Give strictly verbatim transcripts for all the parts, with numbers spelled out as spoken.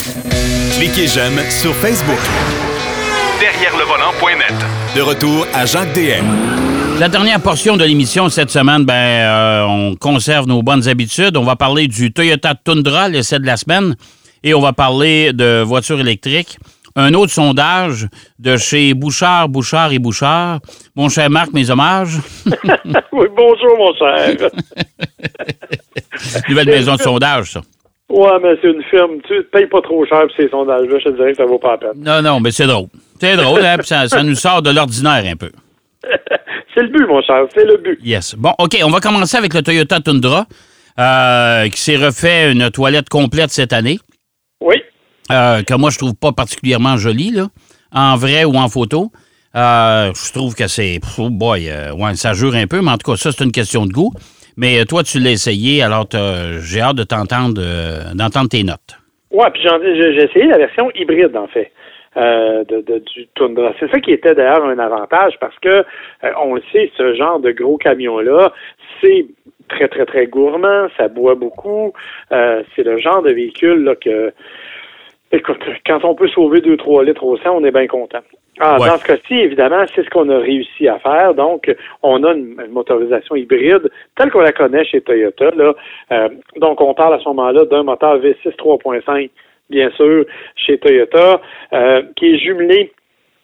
Cliquez j'aime sur Facebook. Derrière le volant point net. De retour à Jacques D M. La dernière portion de l'émission cette semaine, ben, euh, on conserve nos bonnes habitudes. On va parler du Toyota Tundra, l'essai de la semaine, et on va parler de voitures électriques. Un autre sondage de chez Bouchard, Bouchard et Bouchard. Mon cher Marc, mes hommages. Oui, bonjour, mon cher. Nouvelle maison de sondage, ça. Ouais, mais c'est une firme. Tu ne payes pas trop cher pour ces sondages-là. Je te dirais que ça vaut pas la peine. Non, non, mais c'est drôle. C'est drôle, hein? Puis ça, ça nous sort de l'ordinaire un peu. C'est le but, mon cher. C'est le but. Yes. Bon, OK, on va commencer avec le Toyota Tundra, euh, qui s'est refait une toilette complète cette année. Oui. Euh, que moi, je trouve pas particulièrement jolie, là, en vrai ou en photo. Euh, je trouve que c'est... Oh boy, euh, ouais, ça jure un peu, mais en tout cas, ça, c'est une question de goût. Mais toi, tu l'as essayé, alors j'ai hâte de t'entendre, euh, d'entendre tes notes. Oui, puis j'ai, j'ai essayé la version hybride, en fait, euh, de, de, du Tundra. C'est ça qui était d'ailleurs un avantage, parce que, euh, on le sait, ce genre de gros camion-là, c'est très, très, très gourmand, ça boit beaucoup. Euh, c'est le genre de véhicule là, que... Écoute, quand on peut sauver deux trois litres au cent, on est bien content. Ah, ouais. Dans ce cas-ci, évidemment, c'est ce qu'on a réussi à faire. Donc, on a une, une motorisation hybride telle qu'on la connaît chez Toyota. Là. Euh, donc, on parle à ce moment-là d'un moteur V six trois point cinq, bien sûr, chez Toyota, euh, qui est jumelé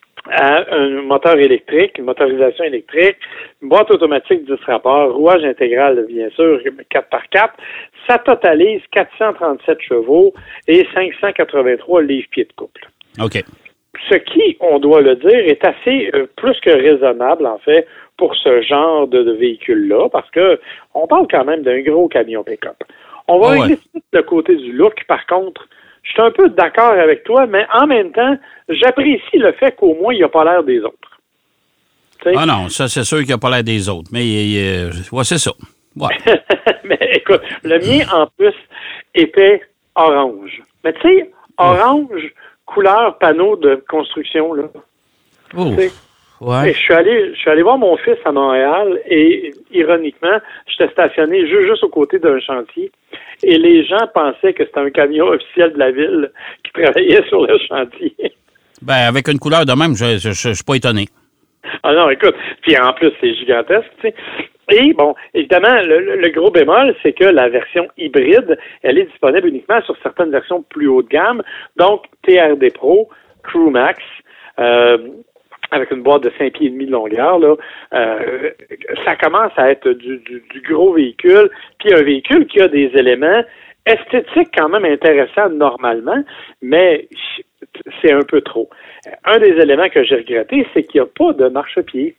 à un moteur électrique, une motorisation électrique, une boîte automatique dix rapports, rouage intégral, bien sûr, quatre par quatre. Ça totalise quatre cent trente-sept chevaux et cinq cent quatre-vingt-trois livres-pieds de couple. OK. Ce qui, on doit le dire, est assez euh, plus que raisonnable, en fait, pour ce genre de, de véhicule-là, parce que on parle quand même d'un gros camion pick-up. On va oh, régler ouais. le côté du look, par contre. Je suis un peu d'accord avec toi, mais en même temps, j'apprécie le fait qu'au moins, il n'a pas l'air des autres. T'sais? Ah non, ça, c'est sûr qu'il n'a pas l'air des autres, mais euh, ouais, c'est ça. Ouais. Mais écoute, le mien, en plus, était orange. Mais tu sais, orange, oh. couleur panneau de construction, là. Oh. Ouais. Et je suis allé, je suis allé voir mon fils à Montréal et, ironiquement, j'étais stationné juste, juste aux côtés d'un chantier et les gens pensaient que c'était un camion officiel de la ville qui travaillait sur le chantier. Ben, avec une couleur de même, je, je, je, je suis pas étonné. Ah non, écoute, puis en plus, c'est gigantesque, tu sais. Et bon, évidemment, le, le gros bémol, c'est que la version hybride, elle est disponible uniquement sur certaines versions plus haut de gamme, donc T R D Pro, Crew Max, euh, avec une boîte de cinq pieds et demi de longueur, là, euh, ça commence à être du, du, du gros véhicule, puis un véhicule qui a des éléments esthétiques quand même intéressants normalement, mais c'est un peu trop. Un des éléments que j'ai regretté, c'est qu'il n'y a pas de marchepied.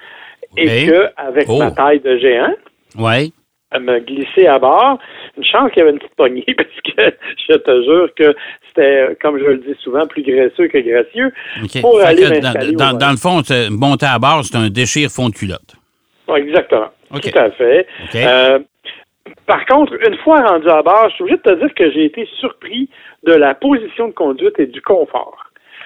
Et okay. qu'avec oh. ma taille de géant, ouais. me glisser à bord, une chance qu'il y avait une petite poignée, parce que je te jure que c'était, comme je le dis souvent, plus graisseux que gracieux. Okay. Pour fait aller dans, dans, dans le fond, monter à bord, c'est un déchire fond de culotte. Oui, exactement. Okay. Tout à fait. Okay. Euh, par contre, une fois rendu à bord, je suis obligé de te dire que j'ai été surpris de la position de conduite et du confort.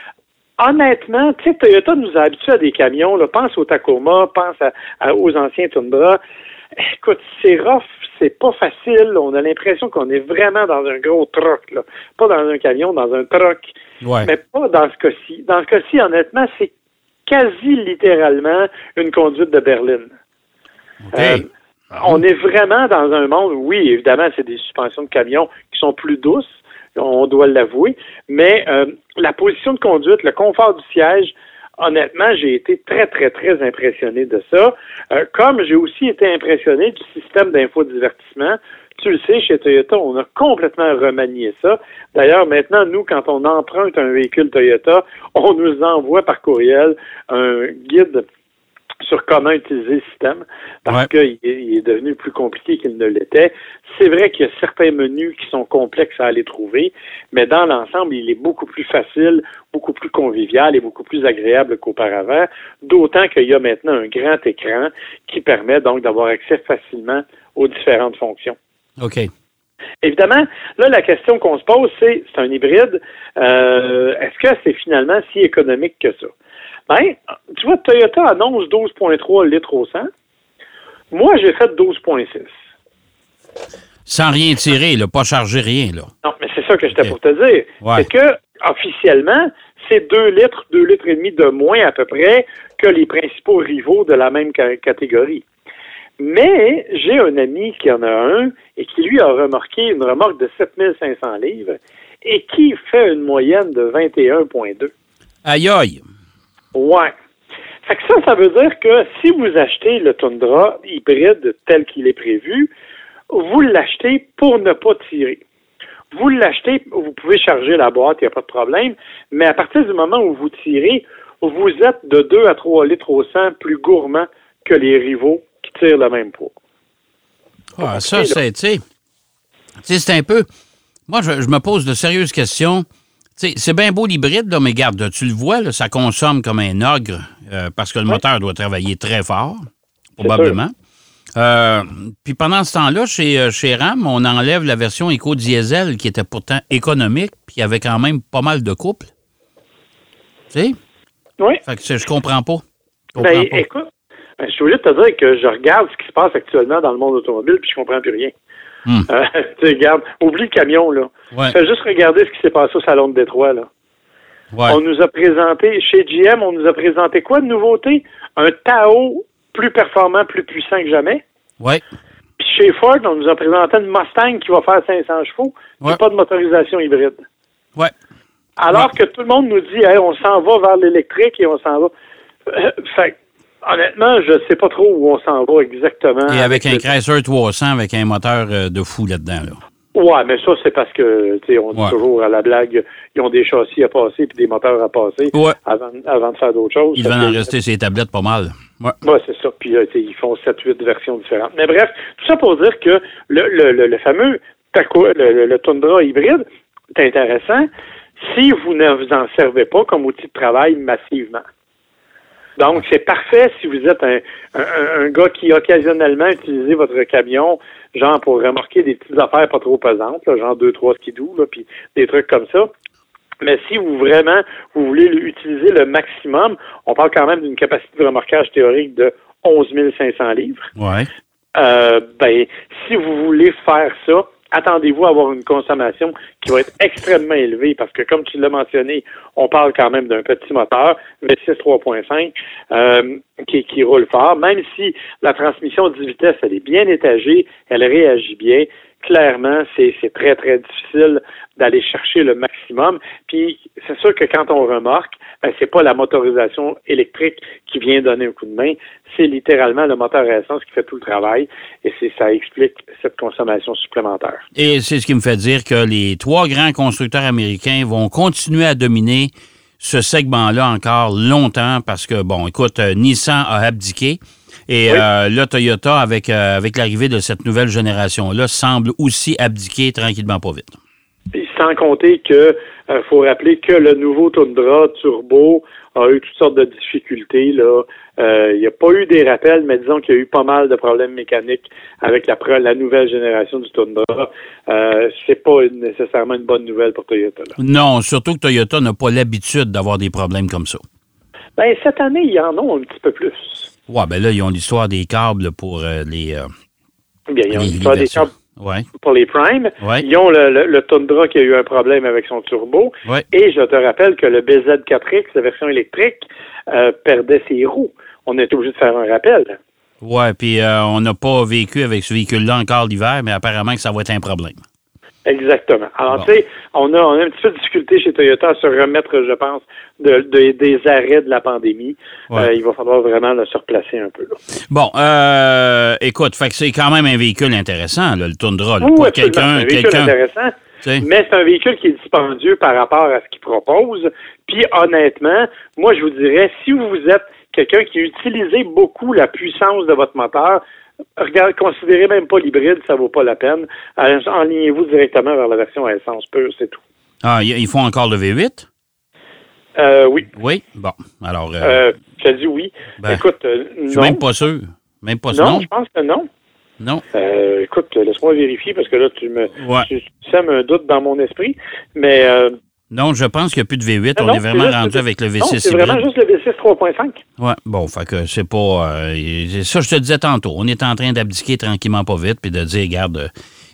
Honnêtement, tu sais, Toyota nous a habitués à des camions, là, pense au Tacoma, pense à, à, aux anciens Tundra. Écoute, c'est rough, c'est pas facile. On a l'impression qu'on est vraiment dans un gros truck, là. Pas dans un camion, dans un truck. Ouais. Mais pas dans ce cas-ci. Dans ce cas-ci, honnêtement, c'est quasi littéralement une conduite de berline. Okay. Euh, on est vraiment dans un monde, oui, évidemment, c'est des suspensions de camion qui sont plus douces, on doit l'avouer, mais euh, la position de conduite, le confort du siège, honnêtement, j'ai été très, très, très impressionné de ça. Euh, comme j'ai aussi été impressionné du système d'infodivertissement. Tu le sais, chez Toyota, on a complètement remanié ça. D'ailleurs, maintenant, nous, quand on emprunte un véhicule Toyota, on nous envoie par courriel un guide sur comment utiliser le système, parce ouais. qu'il il est devenu plus compliqué qu'il ne l'était. C'est vrai qu'il y a certains menus qui sont complexes à aller trouver, mais dans l'ensemble, il est beaucoup plus facile, beaucoup plus convivial et beaucoup plus agréable qu'auparavant, d'autant qu'il y a maintenant un grand écran qui permet donc d'avoir accès facilement aux différentes fonctions. OK. Évidemment, là, la question qu'on se pose, c'est, c'est un hybride, euh, est-ce que c'est finalement si économique que ça? Ben, tu vois, Toyota annonce douze virgule trois litres au cent. Moi, j'ai fait douze virgule six. Sans rien tirer, là, pas charger rien, là. Non, mais c'est ça que j'étais Okay. pour te dire. Ouais. C'est que, officiellement, c'est deux litres, deux litres et demi de moins à peu près que les principaux rivaux de la même ca- catégorie. Mais j'ai un ami qui en a un et qui, lui, a remorqué une remorque de sept mille cinq cents livres et qui fait une moyenne de vingt et un virgule deux. Aïe, aïe. Ouais. Fait que ça, ça veut dire que si vous achetez le Tundra hybride tel qu'il est prévu, vous l'achetez pour ne pas tirer. Vous l'achetez, vous pouvez charger la boîte, il n'y a pas de problème, mais à partir du moment où vous tirez, vous êtes de deux à trois litres au cent plus gourmand que les rivaux qui tirent le même poids. Ah, ça, c'est, tu sais, tu sais, c'est un peu... Moi, je, je me pose de sérieuses questions. Tu sais, c'est bien beau l'hybride, là, mais garde, tu le vois, là, ça consomme comme un ogre euh, parce que le Oui. moteur doit travailler très fort, probablement. Euh, puis pendant ce temps-là, chez, chez Ram, on enlève la version éco-diesel qui était pourtant économique, puis il y avait quand même pas mal de couples. Tu sais? Oui. Fait que je comprends pas. Je comprends Ben, pas. écoute, ben, je suis obligé de te dire que je regarde ce qui se passe actuellement dans le monde automobile puis je comprends plus rien. Hmm. Euh, tu sais, regarde, oublie le camion, là. Ouais. Fais juste regarder ce qui s'est passé au Salon de Détroit, là. Ouais. On nous a présenté, chez G M, on nous a présenté quoi de nouveauté? Un Tahoe plus performant, plus puissant que jamais. Ouais. Puis chez Ford, on nous a présenté une Mustang qui va faire cinq cents chevaux, puis Ouais. pas de motorisation hybride. Ouais. Alors Ouais. que tout le monde nous dit, hey, on s'en va vers l'électrique et on s'en va. Euh, fait honnêtement, je sais pas trop où on s'en va exactement. Et avec un le- Chrysler trois cents avec un moteur euh, de fou là-dedans, là. Ouais, mais ça, c'est parce que, tu sais, on dit Ouais. toujours à la blague, ils ont des châssis à passer puis des moteurs à passer Ouais. avant, avant de faire d'autres choses. Ils Fait devaient en que- rester sur les tablettes pas mal. Ouais. Oui, c'est ça. Puis là, tu sais, ils font sept huit versions différentes. Mais bref, tout ça pour dire que le, le, le, le fameux Taco, le, le, le Tundra hybride, c'est intéressant si vous ne vous en servez pas comme outil de travail massivement. Donc, c'est parfait si vous êtes un, un, un gars qui occasionnellement utilise votre camion, genre pour remorquer des petites affaires pas trop pesantes, là, genre deux, trois skidoo, là, puis des trucs comme ça. Mais si vous vraiment, vous voulez utiliser le maximum, on parle quand même d'une capacité de remorquage théorique de onze mille cinq cents livres. Ouais. Euh, ben, si vous voulez faire ça, attendez-vous à avoir une consommation qui va être extrêmement élevée parce que, comme tu l'as mentionné, on parle quand même d'un petit moteur, V six trois point cinq, euh, qui, qui roule fort. Même si la transmission dix vitesses, elle est bien étagée, elle réagit bien, clairement, c'est, c'est très, très difficile d'aller chercher le maximum. Puis, c'est sûr que quand on remorque, ben, c'est pas la motorisation électrique qui vient donner un coup de main, c'est littéralement le moteur à essence qui fait tout le travail et c'est ça explique cette consommation supplémentaire. Et c'est ce qui me fait dire que les trois grands constructeurs américains vont continuer à dominer ce segment-là encore longtemps parce que, bon, écoute, euh, Nissan a abdiqué et Oui. euh, là, Toyota, avec, euh, avec l'arrivée de cette nouvelle génération-là, semble aussi abdiquer tranquillement pas vite. Puis sans compter que euh, faut rappeler que le nouveau Tundra Turbo a eu toutes sortes de difficultés. Là, euh, il n'y a pas eu des rappels, mais disons qu'il y a eu pas mal de problèmes mécaniques avec la, la nouvelle génération du Tundra. Euh, c'est pas une, nécessairement une bonne nouvelle pour Toyota. Là. Non, surtout que Toyota n'a pas l'habitude d'avoir des problèmes comme ça. Ben cette année, ils en ont un petit peu plus. Ouais, ben là, ils ont l'histoire des câbles pour euh, les... Euh, Bien, ils ont les- l'histoire les des versions. câbles Ouais, pour les Prime. Ouais. Ils ont le, le, le Tundra qui a eu un problème avec son turbo. ouais. Et je te rappelle que le B Z quatre X, la version électrique, euh, perdait ses roues. On était obligé de faire un rappel. Ouais, puis euh, on n'a pas vécu avec ce véhicule-là encore l'hiver, mais apparemment que ça va être un problème. Exactement. Alors, Bon. tu sais, on a, on a un petit peu de difficulté chez Toyota à se remettre, je pense, de, de- des arrêts de la pandémie. Ouais. Euh, il va falloir vraiment là, se replacer un peu. Là. Bon, euh, écoute, fait que c'est quand même un véhicule intéressant, là, le Tundra. Là, Oui, pour absolument. C'est quelqu'un, un véhicule quelqu'un, intéressant, tu sais. mais c'est un véhicule qui est dispendieux par rapport à ce qu'il propose. Puis, honnêtement, moi, je vous dirais, si vous êtes quelqu'un qui utilisez beaucoup la puissance de votre moteur, regardez, considérez même pas l'hybride, ça vaut pas la peine. Euh, Enlignez-vous directement vers la version à essence pure, c'est tout. Ah, ils ils font encore le V huit? Euh, oui. Oui? Bon, alors, euh, Euh, tu as dit oui. Ben, Écoute, euh, je suis non. même pas sûr. Même pas sûr. Non, Non? je pense que non. Non? Euh, écoute, laisse-moi vérifier parce que là, tu me Ouais. tu sèmes un doute dans mon esprit. Mais euh, Non, je pense qu'il n'y a plus de V huit. non, On non, est c'est vraiment juste- rendu avec le V non, six c'est hybride. vraiment juste le V six trois point cinq. Ouais, bon, fait que c'est pas... euh, ça, je te disais tantôt, on est en train d'abdiquer tranquillement pas vite puis de dire, regarde, euh,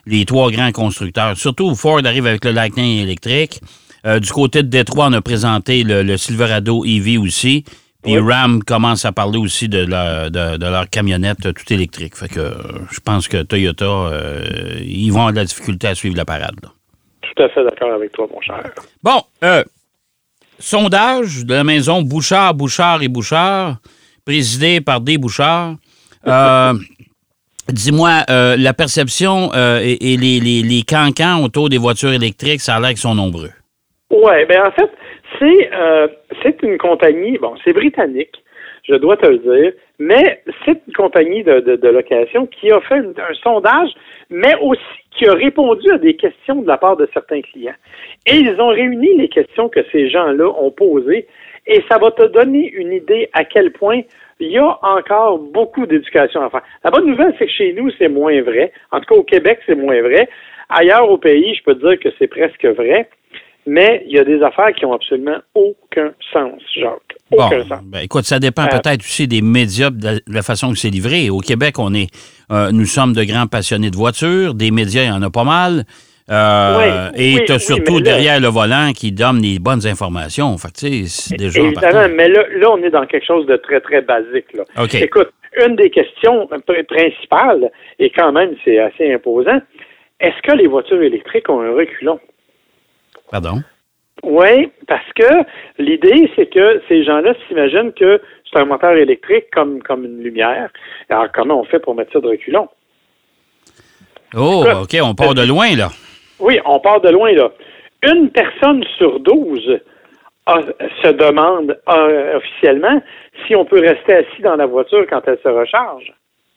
les trois grands constructeurs. Surtout, Ford arrive avec le Lightning électrique. Euh, du côté de Détroit, on a présenté le, le Silverado E V aussi. Puis oui. Ram commence à parler aussi de leur, de, de leur camionnette tout électrique. Fait que euh, je pense que Toyota, euh, ils vont avoir de la difficulté à suivre la parade. Là. Tout à fait d'accord avec toi, mon cher. Bon, euh, sondage de la maison Bouchard, Bouchard et Bouchard, présidé par des Bouchard. Euh, dis-moi, euh, la perception euh, et, et les, les, les cancans autour des voitures électriques, ça a l'air qu'ils sont nombreux. Oui, bien en fait, c'est, euh, c'est une compagnie, bon, c'est britannique, je dois te le dire, mais c'est une compagnie de, de, de location qui a fait un, un sondage, mais aussi qui a répondu à des questions de la part de certains clients. Et ils ont réuni les questions que ces gens-là ont posées, et ça va te donner une idée à quel point il y a encore beaucoup d'éducation à faire. La bonne nouvelle, c'est que chez nous, c'est moins vrai. En tout cas, au Québec, c'est moins vrai. Ailleurs au pays, je peux te dire que c'est presque vrai. Mais il y a des affaires qui n'ont absolument aucun sens, Jacques. Aucun bon, sens. Ben, écoute, ça dépend euh, peut-être aussi des médias, de la façon que c'est livré. Au Québec, on est, euh, nous sommes de grands passionnés de voitures. Des médias, il y en a pas mal. Euh, oui, et oui, tu as oui, surtout derrière là, le volant qui donne les bonnes informations. Fait que, tu sais, c'est déjà évidemment, mais là, là, on est dans quelque chose de très, très basique. Là. Okay. Écoute, une des questions principales, et quand même, c'est assez imposant, est-ce que les voitures électriques ont un reculon? Pardon? Oui, parce que l'idée, c'est que ces gens-là s'imaginent que c'est un moteur électrique comme, comme une lumière. Alors, comment on fait pour mettre ça de reculon? Oh, Écoute, OK, on part de loin, là. Oui, on part de loin, là. Une personne sur douze a, se demande a, officiellement si on peut rester assis dans la voiture quand elle se recharge.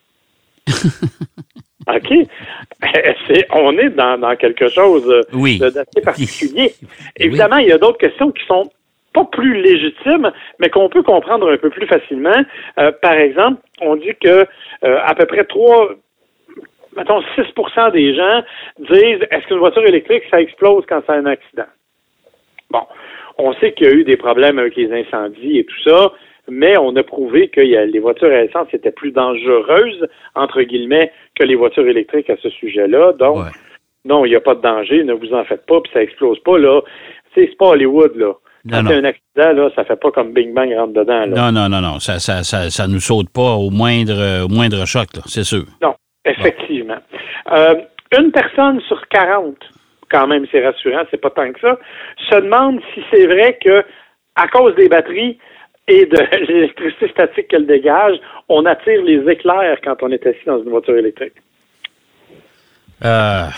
OK? C'est, on est dans, dans quelque chose oui. d'assez particulier. Oui. Évidemment, il y a d'autres questions qui sont pas plus légitimes, mais qu'on peut comprendre un peu plus facilement. Euh, par exemple, on dit que euh, à peu près trois, mettons six pour cent des gens disent est-ce qu'une voiture électrique, ça explose quand ça a un accident? Bon, on sait qu'il y a eu des problèmes avec les incendies et tout ça, mais on a prouvé que y a, les voitures à essence étaient plus dangereuses, entre guillemets, que les voitures électriques à ce sujet-là. Donc, ouais. non, il n'y a pas de danger, ne vous en faites pas, puis ça explose pas, là. Tu sais, c'est pas Hollywood, là. Quand il y a un accident, là, ça fait pas comme Bing Bang rentre dedans, là. Non, non, non, non. Ça ça, ça, ça nous saute pas au moindre, au moindre choc, là, c'est sûr. Non, effectivement. Bon. Euh, une personne sur quarante, quand même, c'est rassurant, c'est pas tant que ça, se demande si c'est vrai que, à cause des batteries, et de l'électricité statique qu'elle dégage, on attire les éclairs quand on est assis dans une voiture électrique. Euh...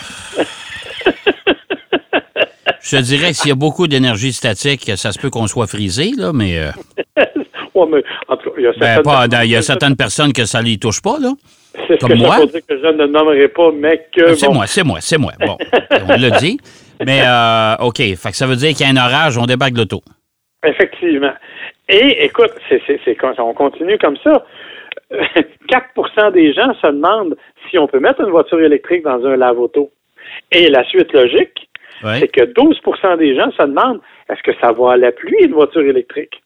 Je te dirais que s'il y a beaucoup d'énergie statique, ça se peut qu'on soit frisé, là, mais... Euh... ouais, mais en tout cas, il y a certaines, ben, pas, personnes, il y a certaines personnes que ça ne les touche pas, là. C'est comme ce que moi. Ça veut dire que je ne nommerai pas, mais que... C'est bon. moi, c'est moi, c'est moi. Bon, on l'a dit. Mais, euh, OK, fait que ça veut dire qu'il y a un orage, on débarque de l'auto. Effectivement. Et écoute, c'est, c'est, c'est, on continue comme ça. quatre pour cent des gens se demandent si on peut mettre une voiture électrique dans un lave-auto. Et la suite logique, ouais. c'est que douze pour cent des gens se demandent est-ce que ça va à la pluie une voiture électrique?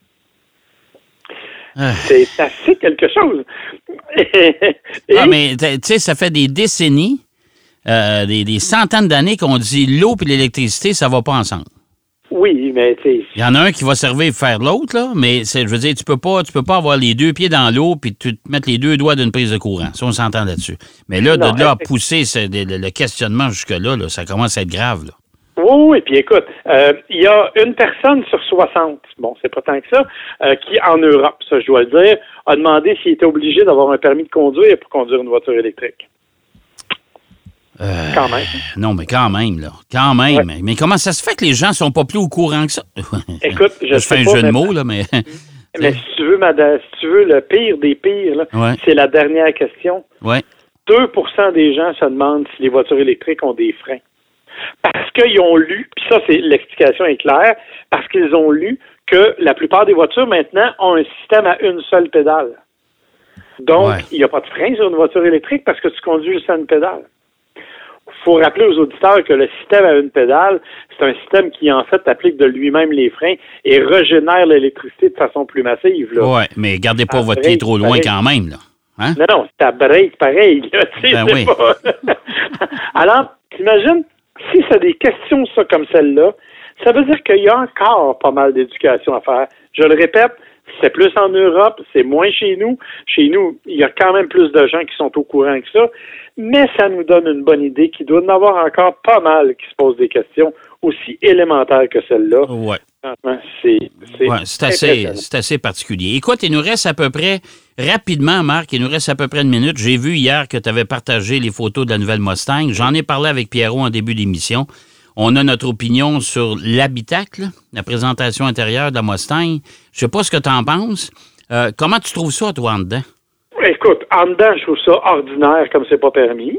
Ah. C'est assez quelque chose. Et, ah, mais tu sais, ça fait des décennies, euh, des, des centaines d'années qu'on dit l'eau et l'électricité, ça va pas ensemble. Oui, mais tu sais... Il y en a un qui va servir faire l'autre, là, mais c'est, je veux dire, tu peux pas, tu peux pas avoir les deux pieds dans l'eau puis te mettre les deux doigts d'une prise de courant. Ça, on s'entend là-dessus. Mais là, non, de là à pousser c'est, le, le questionnement jusque-là, là, ça commence à être grave, là. Oui, oui, puis écoute, il euh, y a une personne sur soixante, bon, c'est pas tant que ça, euh, qui, en Europe, ça je dois le dire, a demandé s'il était obligé d'avoir un permis de conduire pour conduire une voiture électrique. Euh, quand même. Non, mais quand même, là. Quand même. Ouais. Mais comment ça se fait que les gens sont pas plus au courant que ça? Écoute, je, je sais fais un pas, jeu de mots, là, mais... mais si tu veux, madame, si tu veux, le pire des pires, là, ouais. c'est la dernière question. Ouais. deux pour cent des gens se demandent si les voitures électriques ont des freins. Parce qu'ils ont lu, puis ça, c'est l'explication est claire, parce qu'ils ont lu que la plupart des voitures, maintenant, ont un système à une seule pédale. Donc, ouais. il n'y a pas de frein sur une voiture électrique parce que tu conduis juste à une pédale. Il faut rappeler aux auditeurs que le système à une pédale, c'est un système qui, en fait, applique de lui-même les freins et régénère l'électricité de façon plus massive. Oui, mais gardez pas Après, votre pied trop loin quand même, là. Hein? Non, non, ça break pareil. Là, tu sais, Ben c'est oui. pas... Alors, t'imagines, si c'est des questions ça comme celle-là, ça veut dire qu'il y a encore pas mal d'éducation à faire. Je le répète, c'est plus en Europe, c'est moins chez nous. Chez nous, il y a quand même plus de gens qui sont au courant que ça, mais ça nous donne une bonne idée qu'il doit y en avoir encore pas mal qui se posent des questions aussi élémentaires que celle-là. Ouais. C'est, c'est, ouais, c'est, assez, c'est assez particulier. Écoute, il nous reste à peu près, rapidement, Marc, il nous reste à peu près une minute. J'ai vu hier que tu avais partagé les photos de la nouvelle Mustang. J'en ai parlé avec Pierrot en début d'émission. On a notre opinion sur l'habitacle, la présentation intérieure de la Mustang. Je sais pas ce que tu en penses. Euh, comment tu trouves ça, toi, en dedans? Écoute, en dedans, je trouve ça ordinaire comme c'est pas permis.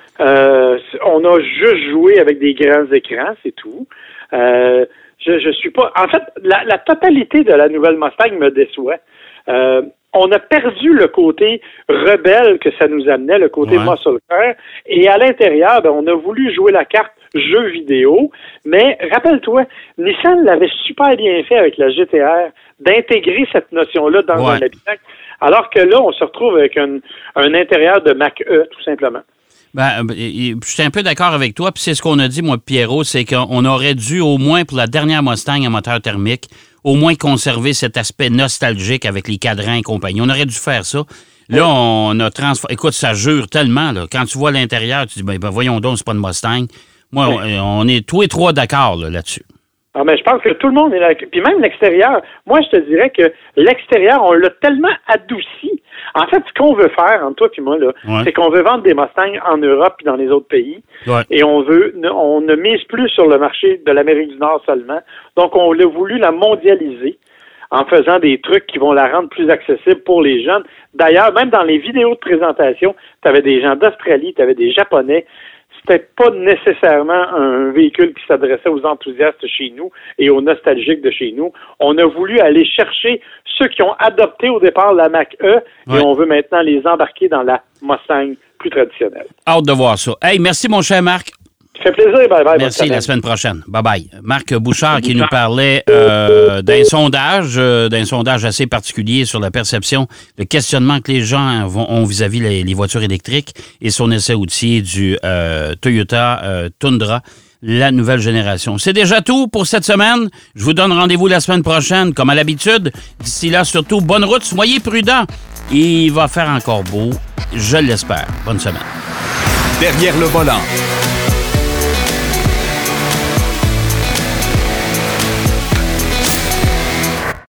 Euh, on a juste joué avec des grands écrans, c'est tout. Euh, je, je suis pas... En fait, la, la totalité de la nouvelle Mustang me déçoit. Euh, on a perdu le côté rebelle que ça nous amenait, le côté ouais. muscle car, et à l'intérieur, ben, on a voulu jouer la carte jeu vidéo, mais rappelle-toi, Nissan l'avait super bien fait avec la G T R, d'intégrer cette notion-là dans ouais. un habitacle, alors que là, on se retrouve avec un, un intérieur de Mach-E, tout simplement. Ben, je suis un peu d'accord avec toi, puis c'est ce qu'on a dit, moi, Pierrot, c'est qu'on aurait dû, au moins pour la dernière Mustang à moteur thermique, au moins conserver cet aspect nostalgique avec les cadrans et compagnie. On aurait dû faire ça. Là, on a transformé... Écoute, ça jure tellement, là. Quand tu vois l'intérieur, tu dis, ben, ben voyons donc, c'est pas une Mustang. Moi, oui. on, on est tous et trois d'accord là, là-dessus. Ah, mais je pense que tout le monde est là. Puis même l'extérieur, moi, je te dirais que l'extérieur, on l'a tellement adouci. En fait, ce qu'on veut faire, entre toi et moi, là, ouais. c'est qu'on veut vendre des Mustangs en Europe et dans les autres pays. Ouais. Et on veut, on ne mise plus sur le marché de l'Amérique du Nord seulement. Donc, on a voulu la mondialiser en faisant des trucs qui vont la rendre plus accessible pour les jeunes. D'ailleurs, même dans les vidéos de présentation, tu avais des gens d'Australie, tu avais des Japonais. C'était pas nécessairement un véhicule qui s'adressait aux enthousiastes chez nous et aux nostalgiques de chez nous. On a voulu aller chercher ceux qui ont adopté au départ la Mach-E ouais. et on veut maintenant les embarquer dans la Mustang plus traditionnelle. Hâte de voir ça. Hey, merci mon cher Marc. Ça fait plaisir. Bye bye. Merci, la semaine prochaine. Bye bye. Marc Bouchard qui nous parlait euh, d'un sondage, euh, d'un sondage assez particulier sur la perception, le questionnement que les gens vont, ont vis-à-vis les, les voitures électriques et son essai routier du euh, Toyota euh, Tundra, la nouvelle génération. C'est déjà tout pour cette semaine. Je vous donne rendez-vous la semaine prochaine, comme à l'habitude. D'ici là, surtout, bonne route, soyez prudents. Il va faire encore beau, je l'espère. Bonne semaine. Derrière le volant.